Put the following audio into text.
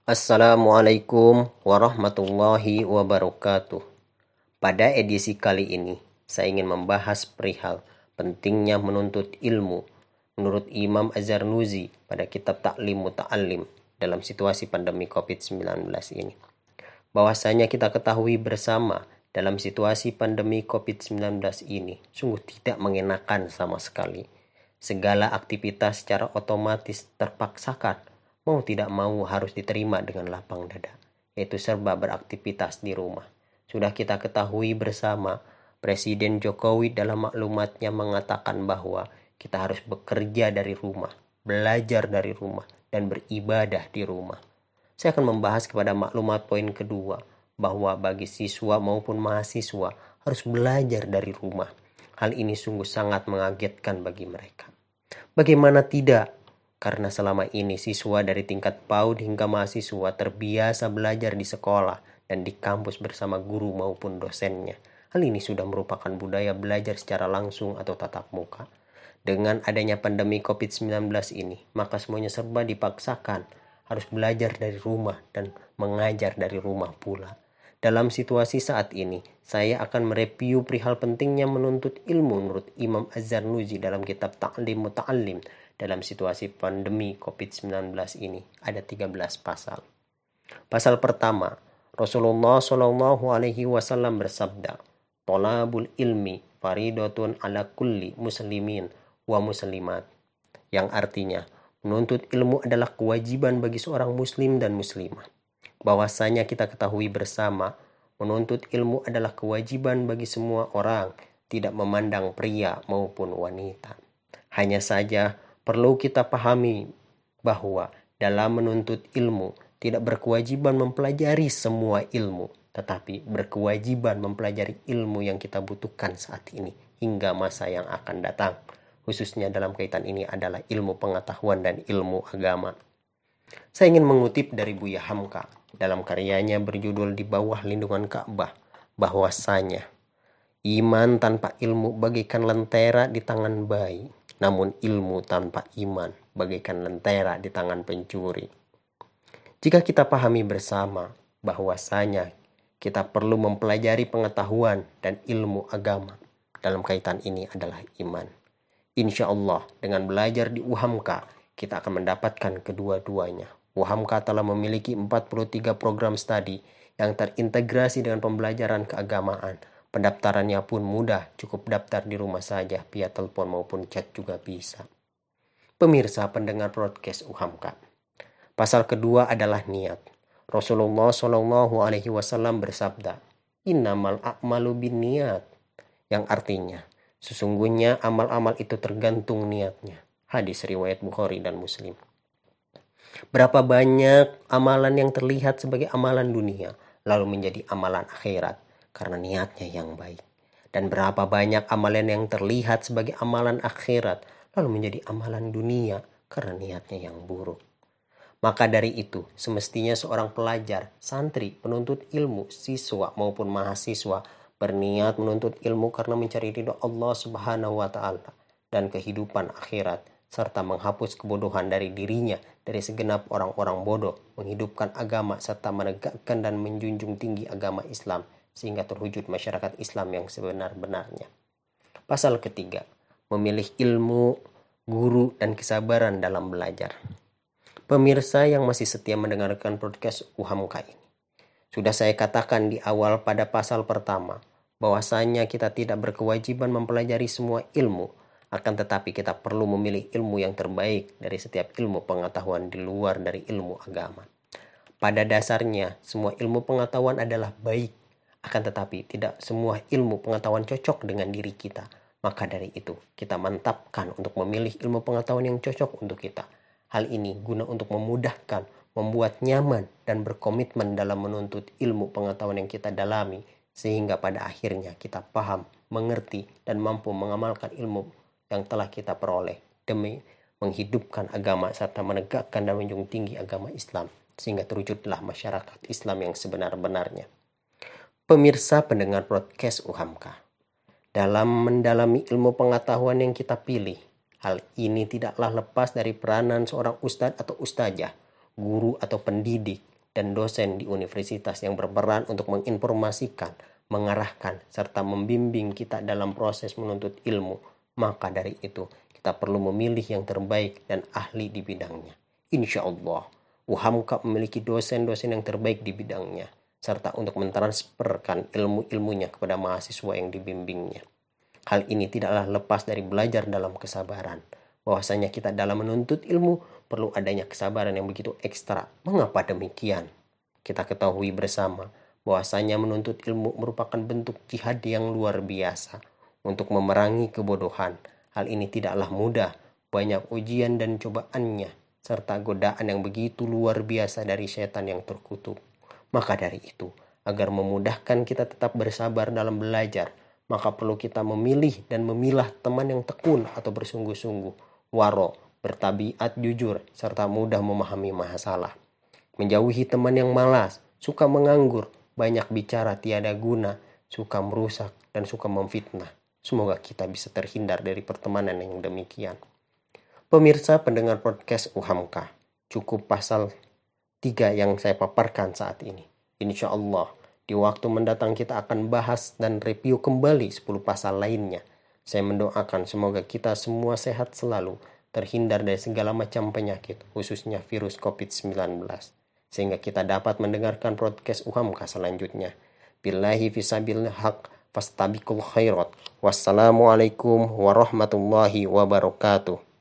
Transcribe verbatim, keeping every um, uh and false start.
Assalamualaikum warahmatullahi wabarakatuh. Pada edisi kali ini, saya ingin membahas perihal pentingnya menuntut ilmu menurut Imam Az-Zarnuji pada kitab Ta'lim Muta'allim dalam situasi pandemi covid sembilan belas ini. Bahwasanya kita ketahui bersama dalam situasi pandemi covid sembilan belas ini sungguh tidak mengenakan sama sekali. Segala aktivitas secara otomatis terpaksakan mau tidak mau harus diterima dengan lapang dada, yaitu serba beraktivitas di rumah. Sudah kita ketahui bersama, Presiden Jokowi dalam maklumatnya mengatakan bahwa kita harus bekerja dari rumah, belajar dari rumah, dan beribadah di rumah. Saya akan membahas kepada maklumat poin kedua, bahwa bagi siswa maupun mahasiswa harus belajar dari rumah. Hal ini sungguh sangat mengagetkan bagi mereka. Bagaimana tidak? Karena selama ini siswa dari tingkat PAUD hingga mahasiswa terbiasa belajar di sekolah dan di kampus bersama guru maupun dosennya. Hal ini sudah merupakan budaya belajar secara langsung atau tatap muka. Dengan adanya pandemi covid sembilan belas ini, maka semuanya serba dipaksakan, harus belajar dari rumah dan mengajar dari rumah pula. Dalam situasi saat ini, saya akan mereview perihal pentingnya menuntut ilmu menurut Imam Az-Zarnuji dalam kitab Ta'lim Muta'allim. Dalam situasi pandemi covid sembilan belas ini ada tiga belas pasal. Pasal pertama, Rasulullah Shallallahu Alaihi Wasallam bersabda, "Tolabul ilmi faridatun ala kulli muslimin wa muslimat," yang artinya menuntut ilmu adalah kewajiban bagi seorang muslim dan muslimah. Bahwasanya kita ketahui bersama, menuntut ilmu adalah kewajiban bagi semua orang, tidak memandang pria maupun wanita. Hanya saja perlu kita pahami bahwa dalam menuntut ilmu tidak berkewajiban mempelajari semua ilmu, tetapi berkewajiban mempelajari ilmu yang kita butuhkan saat ini hingga masa yang akan datang. Khususnya dalam kaitan ini adalah ilmu pengetahuan dan ilmu agama. Saya ingin mengutip dari Buya Hamka dalam karyanya berjudul Di Bawah Lindungan Ka'bah, bahwasanya iman tanpa ilmu bagaikan lentera di tangan bayi, namun ilmu tanpa iman bagaikan lentera di tangan pencuri. Jika kita pahami bersama bahwasanya kita perlu mempelajari pengetahuan dan ilmu agama, dalam kaitan ini adalah iman. Insya Allah dengan belajar di U H A M K A kita akan mendapatkan kedua-duanya. U H A M K A telah memiliki empat puluh tiga program studi yang terintegrasi dengan pembelajaran keagamaan. Pendaftarannya pun mudah, cukup daftar di rumah saja, via telepon maupun chat juga bisa. Pemirsa pendengar broadcast U H A M K A. Pasal kedua adalah niat. Rasulullah Shallallahu Alaihi Wasallam bersabda, "Innamal a'malu binniyat," yang artinya, sesungguhnya amal-amal itu tergantung niatnya. Hadis riwayat Bukhari dan Muslim. Berapa banyak amalan yang terlihat sebagai amalan dunia, lalu menjadi amalan akhirat karena niatnya yang baik. Dan berapa banyak amalan yang terlihat sebagai amalan akhirat, lalu menjadi amalan dunia karena niatnya yang buruk. Maka dari itu, semestinya seorang pelajar, santri, penuntut ilmu, siswa maupun mahasiswa berniat menuntut ilmu karena mencari ridho Allah Subhanahu wa taala dan kehidupan akhirat, serta menghapus kebodohan dari dirinya dari segenap orang-orang bodoh, menghidupkan agama serta menegakkan dan menjunjung tinggi agama Islam sehingga terwujud masyarakat Islam yang sebenar-benarnya. Pasal ketiga, memilih ilmu, guru, dan kesabaran dalam belajar. Pemirsa yang masih setia mendengarkan podcast U H A M K A ini, sudah saya katakan di awal pada pasal pertama, bahwasanya kita tidak berkewajiban mempelajari semua ilmu, akan tetapi kita perlu memilih ilmu yang terbaik dari setiap ilmu pengetahuan di luar dari ilmu agama. Pada dasarnya, semua ilmu pengetahuan adalah baik, akan tetapi tidak semua ilmu pengetahuan cocok dengan diri kita. Maka dari itu, kita mantapkan untuk memilih ilmu pengetahuan yang cocok untuk kita. Hal ini guna untuk memudahkan, membuat nyaman, dan berkomitmen dalam menuntut ilmu pengetahuan yang kita dalami, sehingga pada akhirnya kita paham, mengerti, dan mampu mengamalkan ilmu yang telah kita peroleh demi menghidupkan agama serta menegakkan dan menjunjung tinggi agama Islam, sehingga terwujudlah masyarakat Islam yang sebenar-benarnya. Pemirsa pendengar podcast U H A M K A, dalam mendalami ilmu pengetahuan yang kita pilih, hal ini tidaklah lepas dari peranan seorang ustadz atau ustazah, guru atau pendidik, dan dosen di universitas yang berperan untuk menginformasikan, mengarahkan, serta membimbing kita dalam proses menuntut ilmu. Maka dari itu, kita perlu memilih yang terbaik dan ahli di bidangnya. Insya Allah, U H A M K memiliki dosen-dosen yang terbaik di bidangnya, serta untuk mentransferkan ilmu-ilmunya kepada mahasiswa yang dibimbingnya. Hal ini tidaklah lepas dari belajar dalam kesabaran. Bahwasanya kita dalam menuntut ilmu perlu adanya kesabaran yang begitu ekstra. Mengapa demikian? Kita ketahui bersama bahwasanya menuntut ilmu merupakan bentuk jihad yang luar biasa untuk memerangi kebodohan. Hal ini tidaklah mudah, banyak ujian dan cobaannya, serta godaan yang begitu luar biasa dari setan yang terkutuk. Maka dari itu, agar memudahkan kita tetap bersabar dalam belajar, maka perlu kita memilih dan memilah teman yang tekun atau bersungguh-sungguh, waro, bertabiat jujur, serta mudah memahami masalah. Menjauhi teman yang malas, suka menganggur, banyak bicara tiada guna, suka merusak, dan suka memfitnah. Semoga kita bisa terhindar dari pertemanan yang demikian. Pemirsa pendengar podcast U H A M K, cukup pasal tiga yang saya paparkan saat ini. Insya Allah, di waktu mendatang kita akan bahas dan review kembali sepuluh pasal lainnya. Saya mendoakan semoga kita semua sehat selalu, terhindar dari segala macam penyakit, khususnya virus covid sembilan belas. Sehingga kita dapat mendengarkan podcast U H A M K selanjutnya. Billahi fisabil haq, fastabiqul khairat. Wassalamualaikum warahmatullahi wabarakatuh.